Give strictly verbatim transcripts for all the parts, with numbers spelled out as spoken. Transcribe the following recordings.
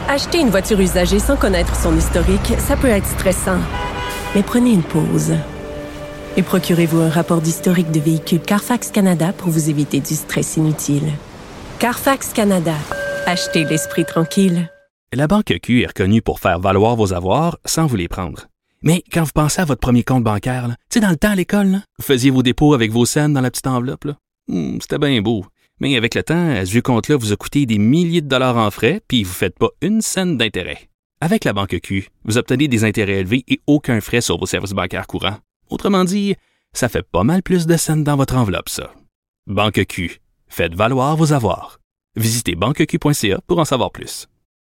Acheter une voiture usagée sans connaître son historique, ça peut être stressant. Mais prenez une pause. Et procurez-vous un rapport d'historique de véhicule Carfax Canada pour vous éviter du stress inutile. Carfax Canada. Achetez l'esprit tranquille. La Banque Q est reconnue pour faire valoir vos avoirs sans vous les prendre. Mais quand vous pensez à votre premier compte bancaire, tu sais, dans le temps à l'école, là, vous faisiez vos dépôts avec vos scènes dans la petite enveloppe. Là. Hmm, c'était bien beau. Mais avec le temps, ce vieux compte-là vous a coûté des milliers de dollars en frais, puis vous ne faites pas une scène d'intérêt. Avec la Banque Q, vous obtenez des intérêts élevés et aucun frais sur vos services bancaires courants. Autrement dit, ça fait pas mal plus de scènes dans votre enveloppe, ça. Banque Q. Faites valoir vos avoirs. Visitez banque q point c a pour en savoir plus.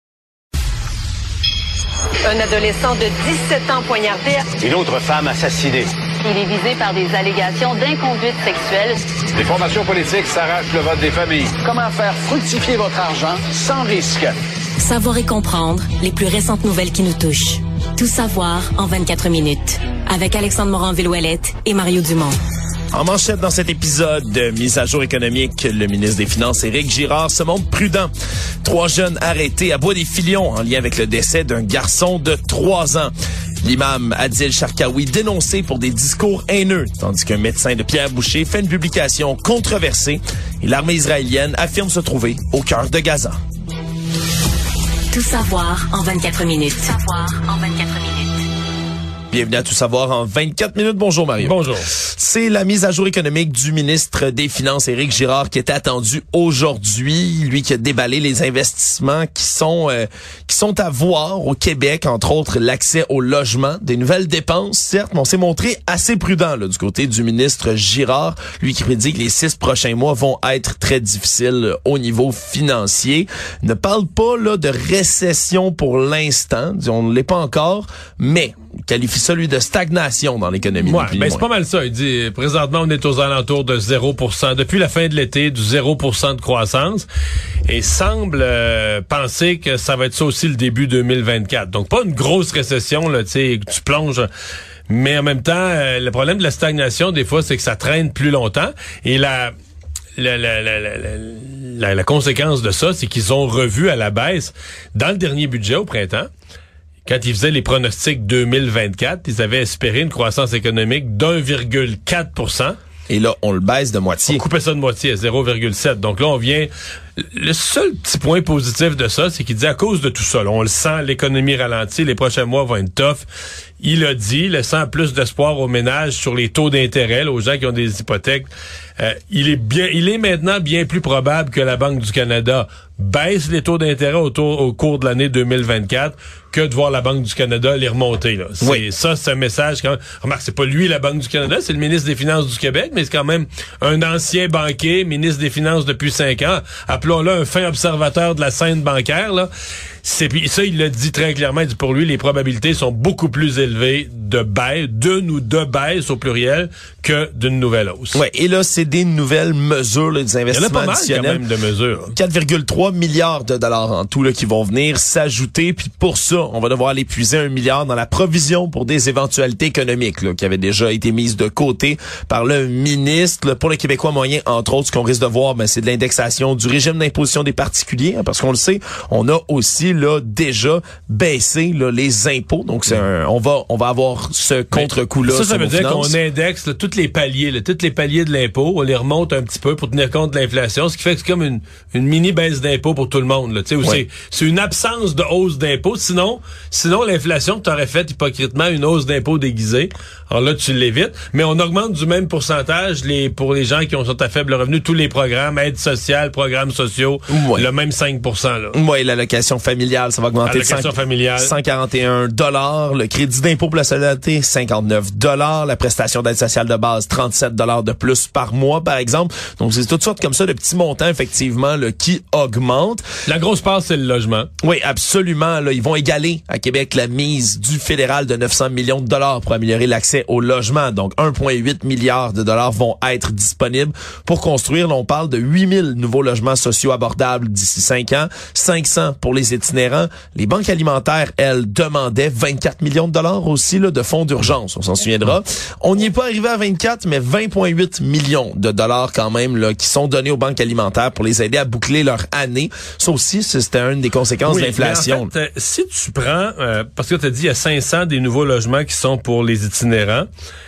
Un adolescent de dix-sept ans poignardé. Une autre femme assassinée. Il est visé par des allégations d'inconduite sexuelle. Les formations politiques s'arrachent le vote des familles. Comment faire fructifier votre argent sans risque? Savoir et comprendre les plus récentes nouvelles qui nous touchent. Tout savoir en vingt-quatre minutes. Avec Alexandre Morin-Villouellette et Mario Dumont. En manchette dans cet épisode de Mise à jour économique, le ministre des Finances, Éric Girard, se montre prudent. Trois jeunes arrêtés à Bois-des-Filions en lien avec le décès d'un garçon de trois ans. L'imam Adil Sharkawi dénoncé pour des discours haineux, tandis qu'un médecin de Pierre-Boucher fait une publication controversée et l'armée israélienne affirme se trouver au cœur de Gaza. Tout savoir en vingt-quatre minutes. Tout savoir en vingt-quatre minutes. Bienvenue à Tout savoir en vingt-quatre minutes. Bonjour Mario. Bonjour. C'est la mise à jour économique du ministre des Finances, Éric Girard, qui est attendue aujourd'hui. Lui qui a déballé les investissements qui sont euh, qui sont à voir au Québec, entre autres l'accès au logement, des nouvelles dépenses, certes, mais on s'est montré assez prudent là, du côté du ministre Girard, lui qui prédit que les six prochains mois vont être très difficiles au niveau financier. Il ne parle pas là de récession pour l'instant, on ne l'est pas encore, mais il qualifie ça, lui, de stagnation dans l'économie. Ouais, ben c'est pas mal ça. Il dit, présentement, on est aux alentours de zéro pour cent. Depuis la fin de l'été, du zéro pour cent de croissance. Et semble euh, penser que ça va être ça aussi le début deux mille vingt-quatre. Donc, pas une grosse récession, là, tu sais, que tu plonges. Mais en même temps, euh, le problème de la stagnation, des fois, c'est que ça traîne plus longtemps. Et la... La, la, la, la, la, la conséquence de ça, c'est qu'ils ont revu à la baisse, dans le dernier budget au printemps, quand ils faisaient les pronostics deux mille vingt-quatre, ils avaient espéré une croissance économique d'un virgule quatre pour cent. Et là, on le baisse de moitié. On coupait ça de moitié à zéro virgule sept. Donc là, on vient... Le seul petit point positif de ça, c'est qu'il dit à cause de tout ça, là, on le sent, l'économie ralentit, les prochains mois vont être tough. Il a dit, laissant plus d'espoir aux ménages sur les taux d'intérêt, là, aux gens qui ont des hypothèques, euh, il est bien, il est maintenant bien plus probable que la Banque du Canada baisse les taux d'intérêt autour, au cours de l'année deux mille vingt-quatre que de voir la Banque du Canada les remonter. Là. C'est, oui. Ça, c'est un message quand même. Remarque, c'est pas lui la Banque du Canada, c'est le ministre des Finances du Québec, mais c'est quand même un ancien banquier, ministre des Finances depuis cinq ans. Appelons-le un fin observateur de la scène bancaire, là. C'est, puis ça, il l'a dit très clairement. Il dit pour lui, les probabilités sont beaucoup plus élevées de baisse, d'une ou de baisse au pluriel, que d'une nouvelle hausse. Ouais. Et là, c'est des nouvelles mesures, là, des investissements il y en a pas mal, additionnels. Quand même de mesures. quatre virgule trois milliards de dollars en tout là qui vont venir s'ajouter. Puis pour ça, on va devoir aller puiser un milliard dans la provision pour des éventualités économiques là, qui avaient déjà été mises de côté par le ministre. Là, pour le Québécois moyen, entre autres, ce qu'on risque de voir, ben, c'est de l'indexation du régime d'imposition des particuliers, hein, parce qu'on le sait, on a aussi là déjà baissé là, les impôts. Donc c'est un, on va on va avoir ce contre-coup-là. Ça, ça veut dire finances. qu'on indexe là, tous les paliers, là, tous les paliers de l'impôt, on les remonte un petit peu pour tenir compte de l'inflation, ce qui fait que c'est comme une, une mini baisse d'impôt pour tout le monde. Là, où ouais. c'est, c'est une absence de hausse d'impôt. Sinon, sinon l'inflation t'aurait fait hypocritement une hausse d'impôt déguisée. Alors là, tu l'évites. Mais on augmente du même pourcentage les pour les gens qui ont sont à faible revenu, tous les programmes, aide sociale, programmes sociaux, ouais. le même cinq pour cent. Là. Oui, l'allocation familiale, ça va augmenter de cent quarante et un dollars. Le crédit d'impôt pour la solidarité, cinquante-neuf dollars. La prestation d'aide sociale de base, trente-sept dollars de plus par mois, par exemple. Donc, c'est toutes sortes comme ça de petits montants, effectivement, là, qui augmentent. La grosse part, c'est le logement. Oui, absolument. Là, ils vont égaler à Québec la mise du fédéral de neuf cents millions de dollars pour améliorer l'accès au logement. Donc, un virgule huit milliard de dollars vont être disponibles pour construire. Là, on parle de huit mille nouveaux logements sociaux abordables d'ici cinq ans, cinq cents pour les itinérants itinérants. Les banques alimentaires, elles, demandaient vingt-quatre millions de dollars aussi là, de fonds d'urgence, on s'en souviendra. On n'y est pas arrivé à vingt-quatre, mais vingt virgule huit millions de dollars quand même là, qui sont donnés aux banques alimentaires pour les aider à boucler leur année. Ça aussi, c'était une des conséquences oui, de l'inflation. En fait, euh, si tu prends, euh, parce que tu as dit il y a cinq cents des nouveaux logements qui sont pour les itinérants,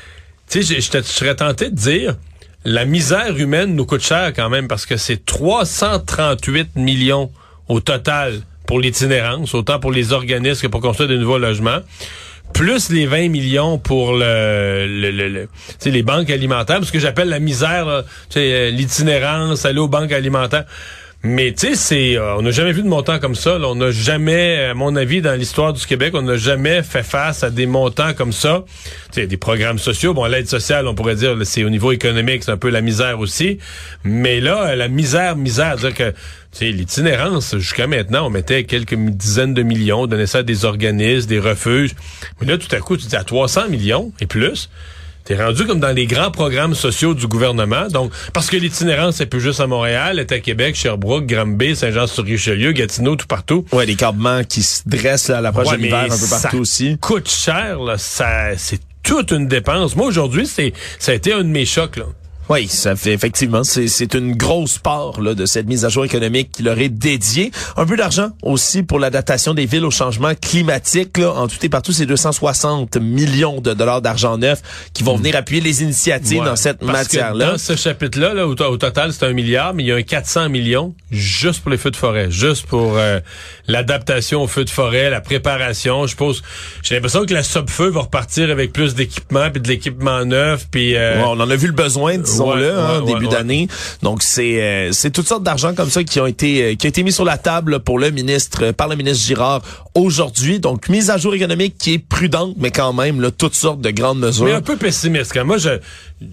tu sais, je serais tenté de dire, la misère humaine nous coûte cher quand même parce que c'est trois cent trente-huit millions au total pour l'itinérance, autant pour les organismes que pour construire de nouveaux logements, plus les vingt millions pour le, le, le, le tu sais, les banques alimentaires, parce que j'appelle la misère, là, tu sais, l'itinérance, aller aux banques alimentaires. Mais tu sais, c'est, euh, on n'a jamais vu de montant comme ça. Là. On n'a jamais, à mon avis, dans l'histoire du Québec, on n'a jamais fait face à des montants comme ça. Tu sais, des programmes sociaux. Bon, l'aide sociale, on pourrait dire, là, c'est au niveau économique, c'est un peu la misère aussi. Mais là, la misère, misère, dire que, tu sais, l'itinérance, jusqu'à maintenant, on mettait quelques dizaines de millions, on donnait ça à des organismes, des refuges. Mais là, tout à coup, tu dis à trois cents millions et plus. T'es rendu comme dans les grands programmes sociaux du gouvernement. Donc, parce que l'itinérance, c'est plus juste à Montréal, elle est à Québec, Sherbrooke, Granby, Saint-Jean-sur-Richelieu, Gatineau, tout partout. Ouais, les campements qui se dressent là, à l'approche ouais, de l'hiver un peu partout aussi. Ça coûte cher, là. Ça, c'est toute une dépense. Moi, aujourd'hui, c'est, ça a été un de mes chocs, là. Oui, ça fait effectivement, c'est c'est une grosse part là de cette mise à jour économique qui leur est dédiée. Un peu d'argent aussi pour l'adaptation des villes au changement climatique. Là, en tout et partout, c'est deux cent soixante millions de dollars d'argent neuf qui vont mmh. venir appuyer les initiatives ouais, dans cette matière-là. Dans ce chapitre-là, là, au, au total, c'est un milliard, mais il y a un quatre cents millions juste pour les feux de forêt, juste pour euh, l'adaptation aux feux de forêt, la préparation. Je pense, j'ai l'impression que la Sopfeu va repartir avec plus d'équipements, puis de l'équipement neuf, puis euh, ouais, on en a vu le besoin. Disons-le, ouais, hein, ouais, début ouais, d'année. Ouais. Donc c'est euh, c'est toutes sortes d'argent comme ça qui ont été euh, qui ont été mis sur la table pour le ministre par le ministre Girard aujourd'hui. Donc mise à jour économique qui est prudente, mais quand même là toutes sortes de grandes mesures. Mais un peu pessimiste. Quand moi je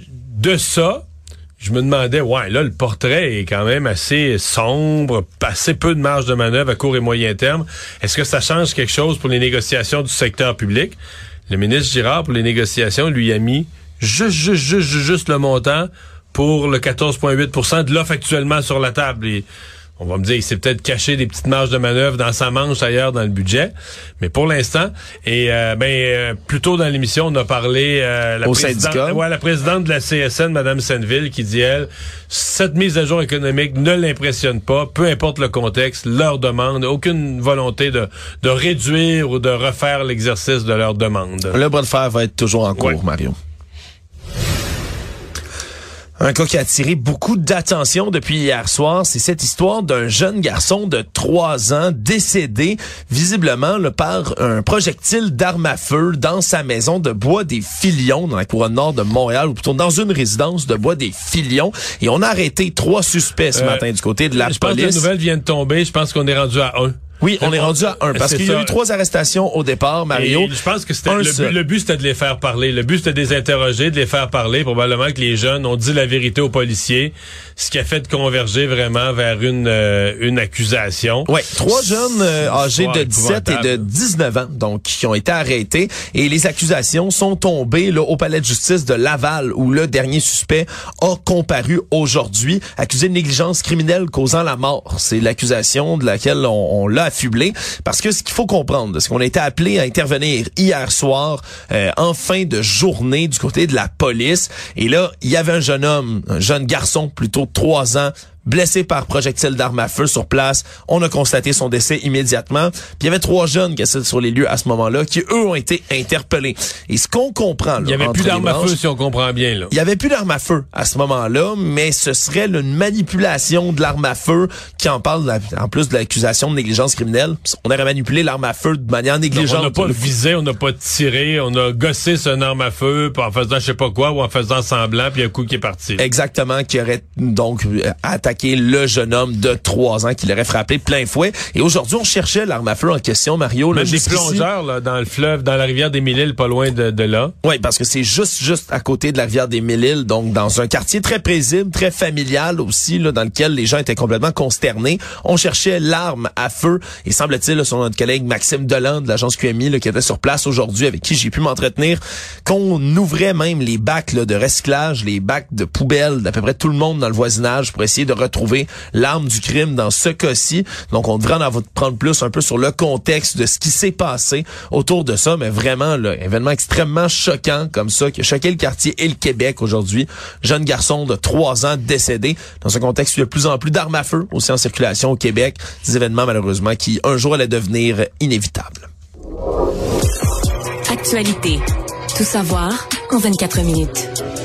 de ça, je me demandais ouais là le portrait est quand même assez sombre, assez peu de marge de manœuvre à court et moyen terme. Est-ce que ça change quelque chose pour les négociations du secteur public? Le ministre Girard pour les négociations lui a mis Juste, juste, juste, juste le montant pour le quatorze virgule huit pour cent de l'offre actuellement sur la table. Et on va me dire, il s'est peut-être caché des petites marges de manœuvre dans sa manche ailleurs dans le budget. Mais pour l'instant, et euh, ben euh, plus tôt dans l'émission, on a parlé euh, la au présidente, syndicat. Ouais, la présidente de la C S N, Mme Senneville, qui dit, elle, cette mise à jour économique ne l'impressionne pas, peu importe le contexte, leur demande, aucune volonté de, de réduire ou de refaire l'exercice de leur demande. Le bras de fer va être toujours en cours, ouais. Mario. Un cas qui a attiré beaucoup d'attention depuis hier soir, c'est cette histoire d'un jeune garçon de trois ans décédé visiblement là, par un projectile d'arme à feu dans sa maison de Bois-des-Filions, dans la couronne nord de Montréal, ou plutôt dans une résidence de Bois-des-Filions. Et on a arrêté trois suspects ce euh, matin du côté de la je police. Je pense que la nouvelle vient de tomber, je pense qu'on est rendu à un. Oui, on est rendu à un, parce qu'il y a eu trois arrestations au départ, Mario. Et je pense que c'était le but, le but, c'était de les faire parler. Le but, c'était de les interroger, de les faire parler. Probablement que les jeunes ont dit la vérité aux policiers, ce qui a fait de converger vraiment vers une euh, une accusation. Oui, trois jeunes euh, âgés de dix-sept et de dix-neuf ans, donc qui ont été arrêtés. Et les accusations sont tombées là au palais de justice de Laval, où le dernier suspect a comparu aujourd'hui, accusé de négligence criminelle causant la mort. C'est l'accusation de laquelle on, on l'a affublé, parce que ce qu'il faut comprendre, c'est qu'on a été appelé à intervenir hier soir euh, en fin de journée du côté de la police, et là, il y avait un jeune homme, un jeune garçon plutôt de trois ans, blessé par projectile d'arme à feu sur place. On a constaté son décès immédiatement. Puis il y avait trois jeunes qui étaient sur les lieux à ce moment-là, qui eux ont été interpellés. Et ce qu'on comprend, là, il y avait plus d'armes à feu, si on comprend bien, là. Il y avait plus d'armes à feu à ce moment-là, mais ce serait là, une manipulation de l'arme à feu qui en parle, en plus de l'accusation de négligence criminelle. On aurait manipulé l'arme à feu de manière négligente. Donc, on n'a pas visé, on n'a pas tiré, on a gossé sur une arme à feu, puis en faisant je sais pas quoi, ou en faisant semblant, puis un coup qui est parti. Exactement, qui aurait donc attaqué le jeune homme de trois ans qui l'aurait frappé plein fouet. Et aujourd'hui, on cherchait l'arme à feu en question, Mario. Même des plongeurs là, dans le fleuve, dans la rivière des Mille-Îles, pas loin de, de là. Oui, parce que c'est juste juste à côté de la rivière des Mille-Îles, donc dans un quartier très paisible, très familial aussi, là, dans lequel les gens étaient complètement consternés. On cherchait l'arme à feu. Et semble-t-il, selon notre collègue Maxime Deland de l'agence Q M I, là, qui était sur place aujourd'hui, avec qui j'ai pu m'entretenir, qu'on ouvrait même les bacs là, de recyclage, les bacs de poubelles d'à peu près tout le monde dans le voisinage pour essayer de retrouver l'arme du crime dans ce cas-ci. Donc, on devrait en avoir prendre plus un peu sur le contexte de ce qui s'est passé autour de ça, mais vraiment, là, événement extrêmement choquant comme ça, qui a choqué le quartier et le Québec aujourd'hui. Jeune garçon de trois ans décédé dans un contexte où il y a de plus en plus d'armes à feu aussi en circulation au Québec. Des événements, malheureusement, qui un jour allaient devenir inévitables. Actualité. Tout savoir en vingt-quatre minutes.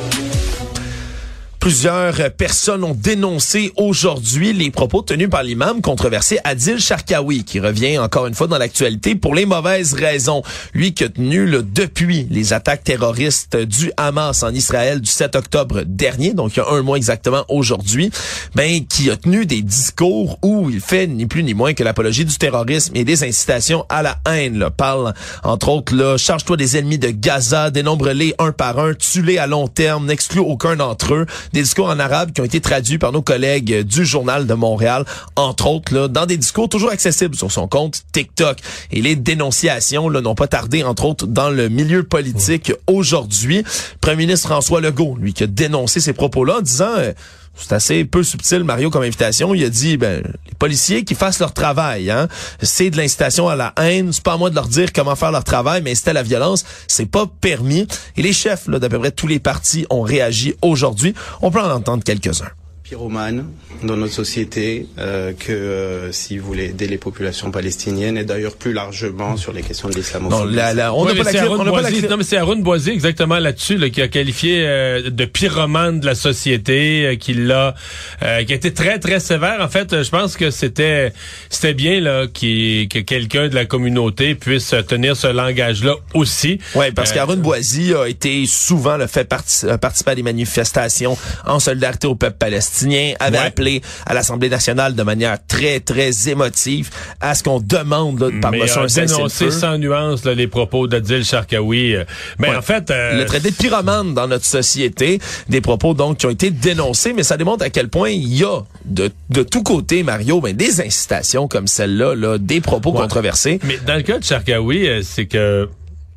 Plusieurs personnes ont dénoncé aujourd'hui les propos tenus par l'imam controversé Adil Sharkawi, qui revient encore une fois dans l'actualité pour les mauvaises raisons. Lui qui a tenu là, depuis les attaques terroristes du Hamas en Israël du sept octobre dernier, donc il y a un mois exactement aujourd'hui, ben qui a tenu des discours où il fait ni plus ni moins que l'apologie du terrorisme et des incitations à la haine. Là. Parle entre autres là, charge-toi des ennemis de Gaza, dénombre-les un par un, tue-les à long terme, n'exclus aucun d'entre eux. Des discours en arabe qui ont été traduits par nos collègues du Journal de Montréal, entre autres, là, dans des discours toujours accessibles sur son compte TikTok. Et les dénonciations là, n'ont pas tardé, entre autres, dans le milieu politique aujourd'hui. Premier ministre François Legault, lui, qui a dénoncé ces propos-là en disant... Euh, c'est assez peu subtil, Mario, comme invitation. Il a dit, ben, les policiers qui fassent leur travail, hein. C'est de l'incitation à la haine. C'est pas à moi de leur dire comment faire leur travail, mais inciter à la violence, c'est pas permis. Et les chefs, là, d'à peu près tous les partis ont réagi aujourd'hui. On peut en entendre quelques-uns. Pyromane dans notre société euh, que, euh, si vous voulez, aider les populations palestiniennes et d'ailleurs plus largement sur les questions de l'islamophobie. Non, la, la, on n'a ouais, pas, la, on pas la Non, mais c'est Haroun Boisy exactement là-dessus là, qui a qualifié euh, de pyromane de la société, euh, qui l'a, euh, qui a été très très sévère. En fait, je pense que c'était c'était bien là qui que quelqu'un de la communauté puisse tenir ce langage-là aussi. Ouais, parce euh, qu'Haroun Boisy a été souvent le fait partic- participer à des manifestations en solidarité au peuple palestinien. Avait ouais. appelé à l'Assemblée nationale de manière très, très émotive à ce qu'on demande là, par motion un cessez-le-feu. Dénoncer sans nuance là, les propos d'Adil Sharkawi. Mais ouais. en fait... Euh... Le traité de pyromane dans notre société, des propos donc qui ont été dénoncés, mais ça démontre à quel point il y a de, de tous côtés, Mario, ben, des incitations comme celle-là, là, des propos ouais. controversés. Mais dans le cas de Sharkawi, euh, c'est que...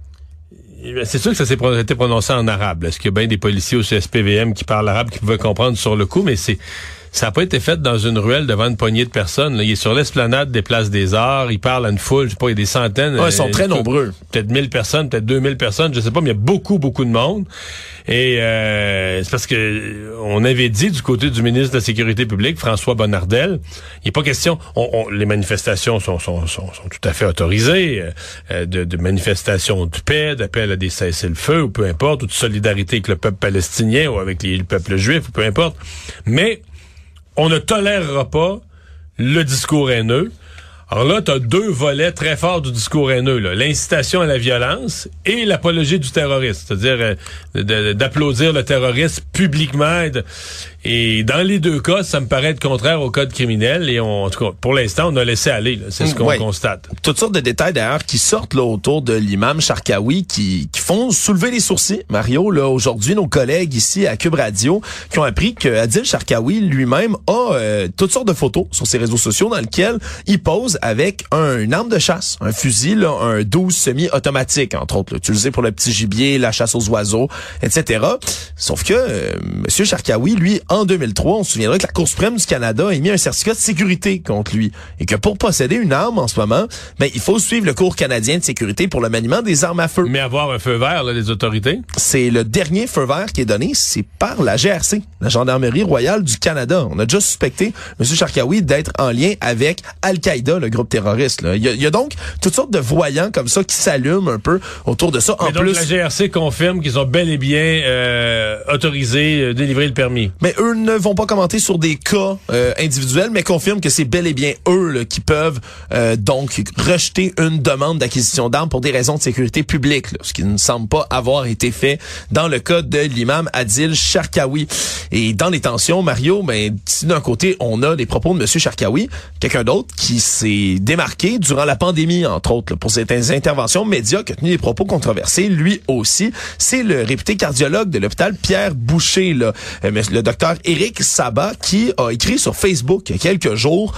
C'est sûr que ça s'est été prononcé en arabe. Est-ce qu'il y a bien des policiers au C S P V M qui parlent arabe qui pouvaient comprendre sur le coup, mais c'est ça n'a pas été fait dans une ruelle devant une poignée de personnes. Là, il est sur l'esplanade des Places des Arts, il parle à une foule, je sais pas, il y a des centaines. Ouais, ils sont euh, très nombreux. Peut-être mille personnes, peut-être deux mille personnes, je sais pas, mais il y a beaucoup, beaucoup de monde. Et euh, c'est parce que on avait dit du côté du ministre de la Sécurité publique, François Bonnardel, il n'est pas question, on, on, les manifestations sont, sont, sont, sont tout à fait autorisées, euh, de, de manifestations de paix, d'appel à des cessez-le-feu, ou peu importe, ou de solidarité avec le peuple palestinien, ou avec les, le peuple juif, ou peu importe. Mais on ne tolérera pas le discours haineux. Alors là, tu as deux volets très forts du discours haineux, là. L'incitation à la violence et l'apologie du terrorisme, c'est-à-dire euh, de, de, d'applaudir le terrorisme publiquement. Et, de, et dans les deux cas, ça me paraît être contraire au code criminel. Et on, en tout cas, pour l'instant, on a laissé aller. Là. C'est ce qu'on ouais. constate. Toutes sortes de détails d'ailleurs qui sortent là autour de l'imam Sharkawi qui, qui font soulever les sourcils. Mario, là aujourd'hui, nos collègues ici à Cube Radio qui ont appris que Adil Sharkawi lui-même a euh, toutes sortes de photos sur ses réseaux sociaux dans lesquelles il pose avec un, une arme de chasse, un fusil, là, un douze semi-automatique, entre autres, là, utilisé pour le petit gibier, la chasse aux oiseaux, et cetera. Sauf que euh, M. Sharkawi, lui, en deux mille trois, on se souviendra que la Cour suprême du Canada a émis un certificat de sécurité contre lui. Et que pour posséder une arme en ce moment, ben il faut suivre le cours canadien de sécurité pour le maniement des armes à feu. Mais avoir un feu vert, là, des autorités? C'est le dernier feu vert qui est donné, c'est par la G R C, la Gendarmerie royale du Canada. On a déjà suspecté M. Sharkawi d'être en lien avec Al-Qaïda, le groupe terroriste. Là. Il, y a, il y a donc toutes sortes de voyants comme ça qui s'allument un peu autour de ça. Mais en donc plus, la G R C confirme qu'ils ont bel et bien euh, autorisé, euh, délivré le permis. Mais eux ne vont pas commenter sur des cas euh, individuels, mais confirment que c'est bel et bien eux là, qui peuvent euh, donc rejeter une demande d'acquisition d'armes pour des raisons de sécurité publique, là, ce qui ne semble pas avoir été fait dans le cas de l'imam Adil Sharkawi. Et dans les tensions, Mario, ben, si d'un côté on a les propos de M. Sharkawi, quelqu'un d'autre qui s'est démarqué durant la pandémie, entre autres, là, pour ses interventions médias, qui a tenu des propos controversés, lui aussi, c'est le réputé cardiologue de l'hôpital Pierre Boucher, là, euh, le docteur Éric Sabat, qui a écrit sur Facebook il y a quelques jours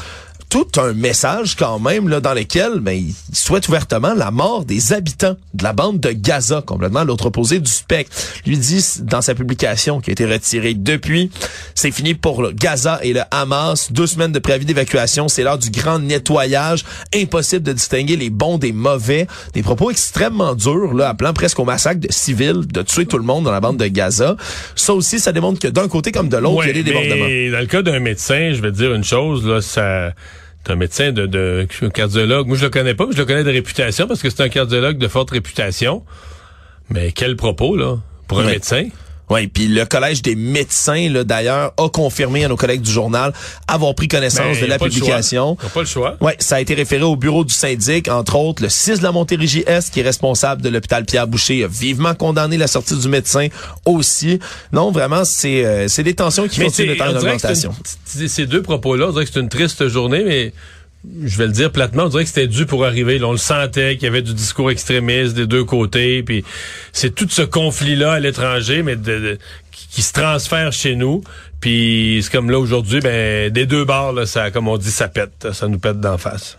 tout un message quand même là dans lequel ben, il souhaite ouvertement la mort des habitants de la bande de Gaza, complètement à l'autre opposé du spectre. Lui dit dans sa publication qui a été retirée depuis, c'est fini pour le Gaza et le Hamas. Deux semaines de préavis d'évacuation, c'est l'heure du grand nettoyage. Impossible de distinguer les bons des mauvais. Des propos extrêmement durs, là, appelant presque au massacre de civils, de tuer tout le monde dans la bande de Gaza. Ça aussi, ça démontre que d'un côté comme de l'autre, ouais, il y a des débordements. Mais dans le cas d'un médecin, je vais te dire une chose, là, ça... C'est un médecin de, de un cardiologue. Moi, je le connais pas, mais je le connais de réputation parce que c'est un cardiologue de forte réputation. Mais quel propos, là, pour un ouais. médecin? Oui, puis le Collège des médecins, là, d'ailleurs, a confirmé à nos collègues du journal avoir pris connaissance ben, de la publication. Ils n'ont pas le choix. Oui, ça a été référé au bureau du syndic, entre autres, le six de la Montérégie-Est, qui est responsable de l'hôpital Pierre-Boucher, a vivement condamné la sortie du médecin aussi. Non, vraiment, c'est euh, c'est des tensions qui continuent d'être en augmentation. Une, ces deux propos-là, on dirait que c'est une triste journée, mais... Je vais le dire platement, on dirait que c'était dû pour arriver. Là, on le sentait qu'il y avait du discours extrémiste des deux côtés, puis c'est tout ce conflit-là à l'étranger, mais de, de, qui, qui se transfère chez nous. Puis c'est comme là aujourd'hui, ben des deux bords, là, ça, comme on dit, ça pète, ça nous pète d'en face.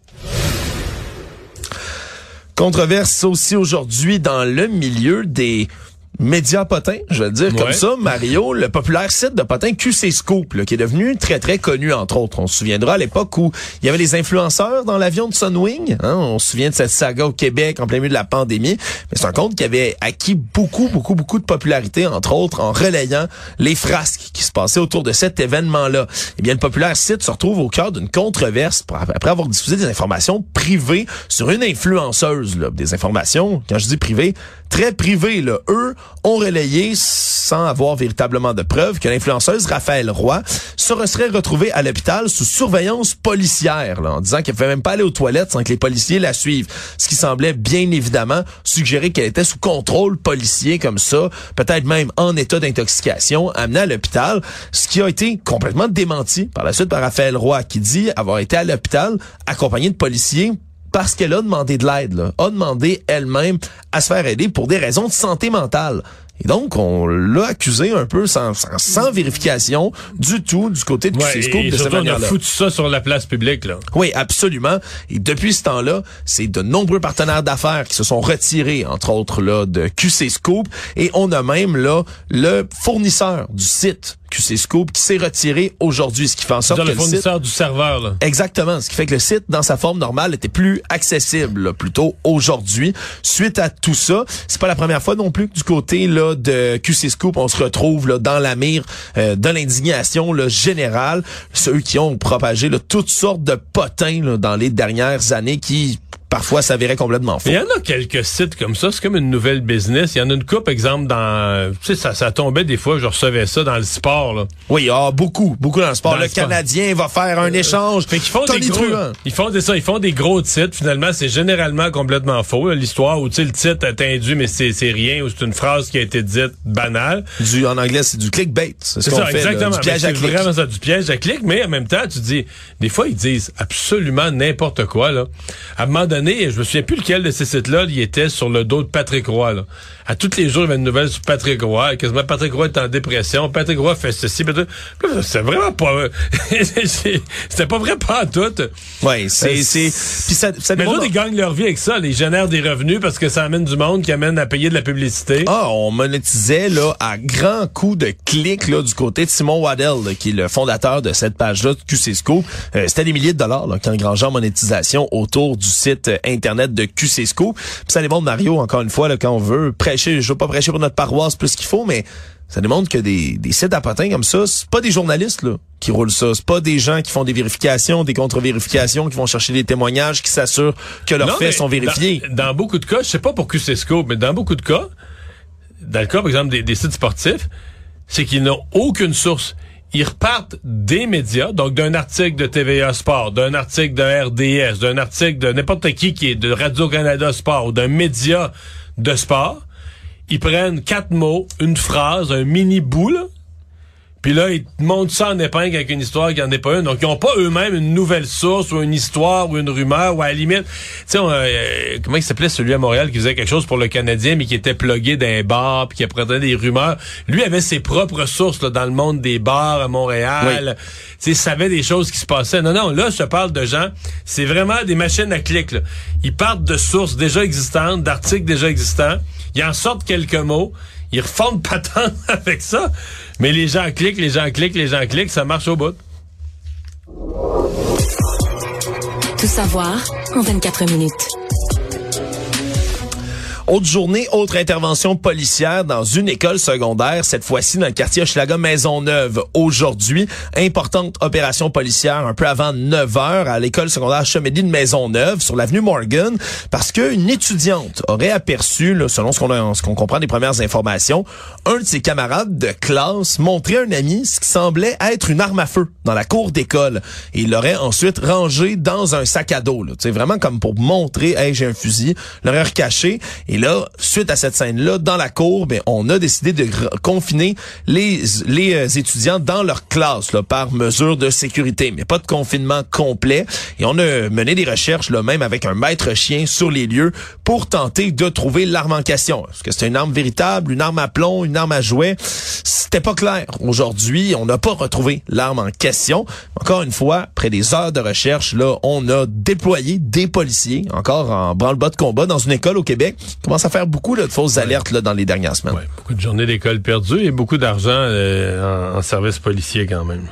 Controverse aussi aujourd'hui dans le milieu des médias potins, je vais le dire ouais. comme ça, Mario, le populaire site de potins Q C Scoop, là, qui est devenu très, très connu, entre autres. On se souviendra à l'époque où il y avait les influenceurs dans l'avion de Sunwing. Hein, on se souvient de cette saga au Québec en plein milieu de la pandémie. Mais c'est un compte qui avait acquis beaucoup, beaucoup, beaucoup de popularité, entre autres, en relayant les frasques qui se passaient autour de cet événement-là. Eh bien, le populaire site se retrouve au cœur d'une controverse après avoir diffusé des informations privées sur une influenceuse, là. Des informations, quand je dis privées, très privées, là. Eux ont relayé, sans avoir véritablement de preuves, que l'influenceuse Raphaël Roy se serait retrouvée à l'hôpital sous surveillance policière, là, en disant qu'elle ne pouvait même pas aller aux toilettes sans que les policiers la suivent. Ce qui semblait bien évidemment suggérer qu'elle était sous contrôle policier comme ça, peut-être même en état d'intoxication, amenée à l'hôpital, ce qui a été complètement démenti par la suite par Raphaël Roy, qui dit avoir été à l'hôpital accompagné de policiers parce qu'elle a demandé de l'aide, là, a demandé elle-même à se faire aider pour des raisons de santé mentale. Et donc, on l'a accusé un peu sans, sans, sans vérification du tout du côté de Q C Scoop de cette manière-là. On a foutu ça sur la place publique, là. Oui, absolument. Et depuis ce temps-là, c'est de nombreux partenaires d'affaires qui se sont retirés, entre autres, là, de Q C Scoop. Et on a même, là, le fournisseur du site Q C Scoop qui s'est retiré aujourd'hui, ce qui fait en sorte que le fournisseur site... du serveur, là. Exactement, ce qui fait que le site, dans sa forme normale, était plus accessible, là, plutôt aujourd'hui. Suite à tout ça, c'est pas la première fois non plus que du côté là de Q C Scoop, on se retrouve là dans la mire euh, de l'indignation là, générale, ceux qui ont propagé là, toutes sortes de potins là, dans les dernières années qui parfois s'avérait complètement faux. Il y en a quelques sites comme ça, c'est comme une nouvelle business. Il y en a une couple, exemple, dans... Tu sais, ça, ça tombait des fois, je recevais ça dans le sport, là. Oui, ah, beaucoup, beaucoup dans le sport. Dans le, le sport. Canadien va faire un échange. Fait qu'ils font des gros... Ils font des ça, ils font des gros titres. Finalement, c'est généralement complètement faux, là, l'histoire où, tu sais, le titre est induit, mais c'est, c'est rien, ou c'est une phrase qui a été dite banale. Du, en anglais, c'est du clickbait. C'est, ce c'est qu'on ça, fait, exactement. là, du piège à clic. C'est vraiment ça, du piège à clic, mais en même temps, tu dis... Des fois, ils disent absolument n'importe quoi, là. À un moment donné, je me souviens plus lequel de ces sites-là, il était sur le dos de Patrick Roy, là. À tous les jours, il y avait une nouvelle sur Patrick Roy. Quasiment, Patrick Roy est en dépression. Patrick Roy fait ceci. Patrick... C'est vraiment pas... C'était pas vrai pas tout. Oui, c'est... c'est... Puis ça, ça mais demande... là, ils gagnent leur vie avec ça. Ils génèrent des revenus parce que ça amène du monde qui amène à payer de la publicité. Ah, on monétisait, là, à grands coups de clics, là, du côté de Simon Waddell, là, qui est le fondateur de cette page-là, de Q C Scoop. Euh, c'était des milliers de dollars, là, qui engrangeaient en monétisation autour du site euh, Internet de Q C Scoop. Puis ça démontre, Mario, encore une fois, là, quand on veut prêcher, je veux pas prêcher pour notre paroisse plus qu'il faut, mais ça démontre que des, des sites à potins comme ça, c'est pas des journalistes, là, qui roulent ça. C'est pas des gens qui font des vérifications, des contre-vérifications, qui vont chercher des témoignages, qui s'assurent que leurs non, faits sont vérifiés. Dans, dans beaucoup de cas, je sais pas pour Q C Scoop, mais dans beaucoup de cas, dans le cas, par exemple, des, des sites sportifs, c'est qu'ils n'ont aucune source. Ils repartent des médias, donc d'un article de T V A Sport, d'un article de R D S, d'un article de n'importe qui qui est de Radio-Canada Sport ou d'un média de sport. Ils prennent quatre mots, une phrase, un mini bout, là, Puis là, ils montent ça en épingle avec une histoire qui n'en est pas une. Donc, ils n'ont pas eux-mêmes une nouvelle source ou une histoire ou une rumeur ou à la limite... Tu sais, euh, comment il s'appelait celui à Montréal qui faisait quelque chose pour le Canadien mais qui était plugué dans un bar puis qui apprenait des rumeurs. Lui avait ses propres sources là, dans le monde des bars à Montréal. Oui. Tu sais, savait des choses qui se passaient. Non, non, là, je te parle de gens... C'est vraiment des machines à clics, là. Ils partent de sources déjà existantes, d'articles déjà existants. Ils en sortent quelques mots. Ils refont de patente avec ça. Mais les gens cliquent, les gens cliquent, les gens cliquent, ça marche au bout. Tout savoir en vingt-quatre minutes. Autre journée, autre intervention policière dans une école secondaire, cette fois-ci dans le quartier Hochelaga-Maisonneuve. Aujourd'hui, importante opération policière un peu avant neuf heures à l'école secondaire Chemédie de Maisonneuve sur l'avenue Morgan parce qu'une étudiante aurait aperçu, là, selon ce qu'on a, ce qu'on comprend des premières informations, un de ses camarades de classe montrer à un ami ce qui semblait être une arme à feu dans la cour d'école. Et il l'aurait ensuite rangé dans un sac à dos, là. Tu sais, vraiment comme pour montrer, hey, j'ai un fusil, l'aurait recaché. Et là, suite à cette scène-là, dans la cour, ben, on a décidé de r- confiner les, les euh, étudiants dans leur classe, là, par mesure de sécurité, mais pas de confinement complet. Et on a mené des recherches, là, même avec un maître chien sur les lieux pour tenter de trouver l'arme en question. Est-ce que c'est une arme véritable, une arme à plomb, une arme à jouet? C'était pas clair. Aujourd'hui, on n'a pas retrouvé l'arme en question. Encore une fois, après des heures de recherche, là, on a déployé des policiers, encore en branle-bas de combat, dans une école au Québec. Commence à faire beaucoup là, de fausses ouais. alertes là, dans les dernières semaines. Ouais, beaucoup de journées d'école perdues et beaucoup d'argent euh, en, en service policier quand même.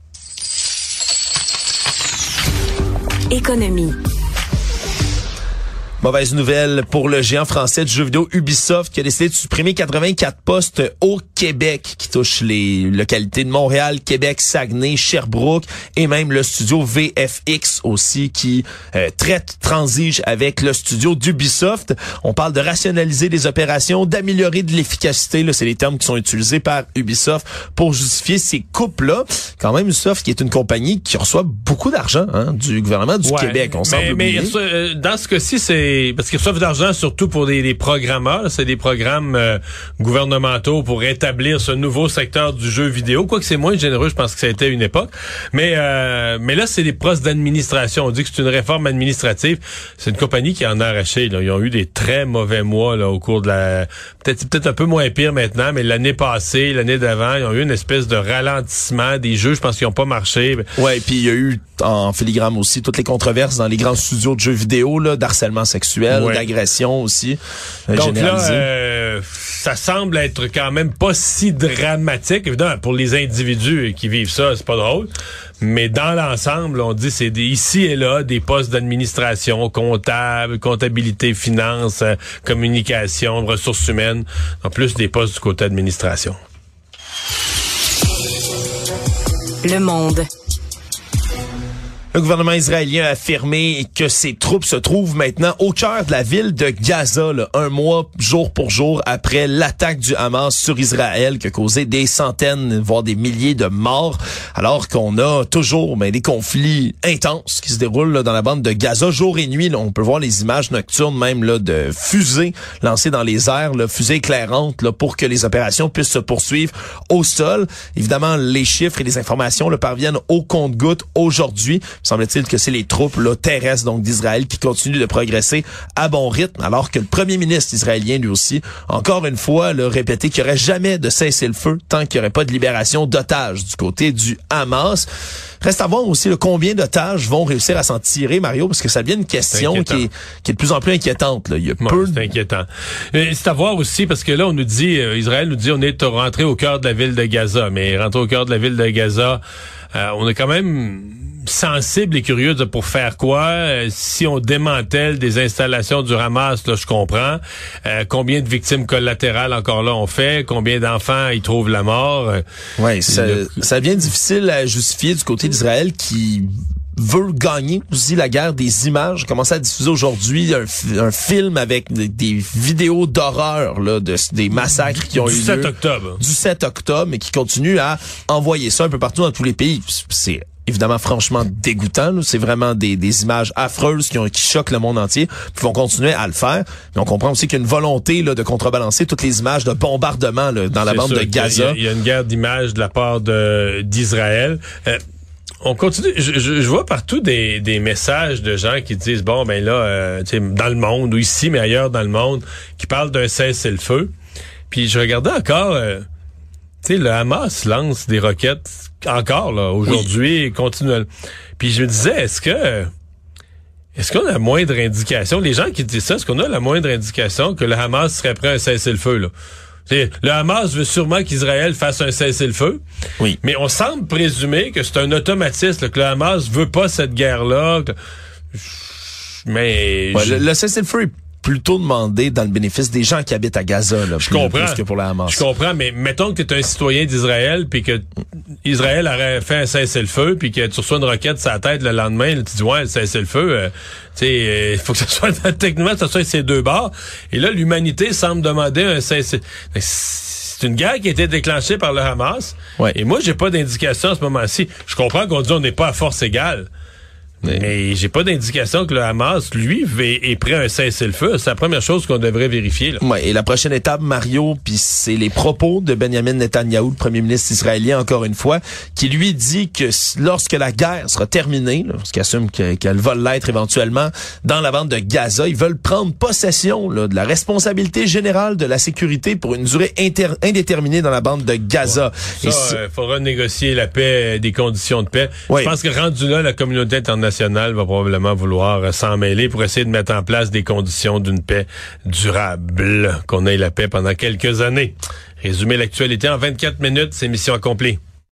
Économie. Mauvaise nouvelle pour le géant français du jeu vidéo Ubisoft qui a décidé de supprimer quatre-vingt-quatre postes au Québec qui touchent les localités de Montréal, Québec, Saguenay, Sherbrooke et même le studio V F X aussi qui euh, traite, transige avec le studio d'Ubisoft. On parle de rationaliser les opérations, d'améliorer de l'efficacité. Là, c'est les termes qui sont utilisés par Ubisoft pour justifier ces coupes-là. Quand même, Ubisoft qui est une compagnie qui reçoit beaucoup d'argent hein, du gouvernement du ouais, Québec. On semble mais, mais euh, dans ce cas-ci, c'est parce qu'ils reçoivent de l'argent surtout pour des, des programmeurs. C'est des programmes euh, gouvernementaux pour établir ce nouveau secteur du jeu vidéo. Quoique c'est moins généreux, je pense que ça a été à une époque. Mais euh, mais là, c'est des postes d'administration. On dit que c'est une réforme administrative. C'est une compagnie qui en a arraché. Là. Ils ont eu des très mauvais mois là au cours de la... Peut-être peut-être un peu moins pire maintenant, mais l'année passée, l'année d'avant, ils ont eu une espèce de ralentissement des jeux. Je pense qu'ils n'ont pas marché. Ouais, puis il y a eu en filigrane aussi toutes les controverses dans les grands studios de jeux vidéo, là, d'harcèlement sexuel, ouais. d'agression aussi. Euh, Donc là, euh, ça semble être quand même pas si dramatique. Évidemment, pour les individus qui vivent ça, c'est pas drôle. Mais dans l'ensemble, on dit c'est des, ici et là des postes d'administration, comptable, comptabilité, finance, euh, communication, ressources humaines, en plus des postes du côté administration. Le Monde. Le gouvernement israélien a affirmé que ses troupes se trouvent maintenant au cœur de la ville de Gaza, là, un mois jour pour jour après l'attaque du Hamas sur Israël qui a causé des centaines, voire des milliers de morts, alors qu'on a toujours ben, des conflits intenses qui se déroulent là, dans la bande de Gaza jour et nuit. Là, on peut voir les images nocturnes même là, de fusées lancées dans les airs, là, fusées éclairantes là, pour que les opérations puissent se poursuivre au sol. Évidemment, les chiffres et les informations là, parviennent au compte-gouttes aujourd'hui. Semble-t-il que c'est les troupes là, terrestres donc d'Israël qui continuent de progresser à bon rythme, alors que le premier ministre israélien, lui aussi, encore une fois, l'a répété qu'il n'y aurait jamais de cessez-le-feu tant qu'il n'y aurait pas de libération d'otages du côté du Hamas. Reste à voir aussi là, combien d'otages vont réussir à s'en tirer, Mario, parce que ça devient une question qui est, qui est de plus en plus inquiétante. Là. Il y a ouais, peu c'est inquiétant. Et c'est à voir aussi, parce que là, on nous dit, euh, Israël nous dit, on est rentré au cœur de la ville de Gaza. Mais rentré au cœur de la ville de Gaza, euh, on est quand même sensible et curieux de pour faire quoi. Euh, si on démantèle des installations du Hamas, là, je comprends. Euh, combien de victimes collatérales encore là on fait? Combien d'enfants y trouvent la mort? Euh, oui, ça, le... ça devient difficile à justifier du côté d'Israël qui veut gagner aussi la guerre des images. Commence à diffuser aujourd'hui un, un film avec des, des vidéos d'horreur là, de, des massacres qui ont du eu lieu. Du sept octobre. Du sept octobre, mais qui continue à envoyer ça un peu partout dans tous les pays. C'est évidemment franchement dégoûtant. Là. C'est vraiment des, des images affreuses qui, ont, qui choquent le monde entier. Ils vont continuer à le faire. Mais on comprend aussi qu'il y a une volonté là, de contrebalancer toutes les images de bombardement là, dans la bande de Gaza. Il y, y a une guerre d'images de la part de, d'Israël. Euh, On continue. Je, je, je vois partout des, des messages de gens qui disent bon ben là, euh, tu sais, dans le monde ou ici mais ailleurs dans le monde, qui parlent d'un cessez-le-feu. Puis je regardais encore, euh, tu sais, le Hamas lance des roquettes encore là aujourd'hui, oui. Continuellement. Puis je me disais, est-ce que est-ce qu'on a la moindre indication, les gens qui disent ça, est-ce qu'on a la moindre indication que le Hamas serait prêt à un cessez-le-feu là? T'sais, le Hamas veut sûrement qu'Israël fasse un cessez-le-feu. Oui. Mais on semble présumer que c'est un automatisme, là, que le Hamas veut pas cette guerre-là. Que... Mais... Ouais, le, le cessez-le-feu est plutôt demandé dans le bénéfice des gens qui habitent à Gaza, là, je plus, comprends. plus que pour le Hamas. Je comprends, mais mettons que tu es un citoyen d'Israël, puis que Israël aurait fait un cessez-le-feu, puis que tu reçois une roquette sur la tête le lendemain, là, tu dis ouais, le cessez-le-feu, euh, tu sais, il euh, faut que ce soit techniquement, que ce soit ces deux bords. Et là, l'humanité semble demander un cessez. C'est une guerre qui a été déclenchée par le Hamas. Ouais. Et moi, j'ai pas d'indication à ce moment-ci. Je comprends qu'on dit on n'est pas à force égale. Mais, mais j'ai pas d'indication que le Hamas, lui, est, est prêt à un cessez-le-feu. C'est la première chose qu'on devrait vérifier. Là. Ouais, et la prochaine étape, Mario, puis c'est les propos de Benjamin Netanyahou, le premier ministre israélien, encore une fois, qui lui dit que lorsque la guerre sera terminée, lorsqu'il assume que, qu'elle va l'être éventuellement, dans la bande de Gaza, ils veulent prendre possession là, de la responsabilité générale de la sécurité pour une durée inter- indéterminée dans la bande de Gaza. Ouais. Ça, il euh, faudra négocier la paix, des conditions de paix. Ouais. Je pense que rendu là, la communauté internationale va probablement vouloir s'en mêler pour essayer de mettre en place des conditions d'une paix durable, qu'on ait la paix pendant quelques années. Résumer l'actualité en vingt-quatre minutes, c'est mission accomplie.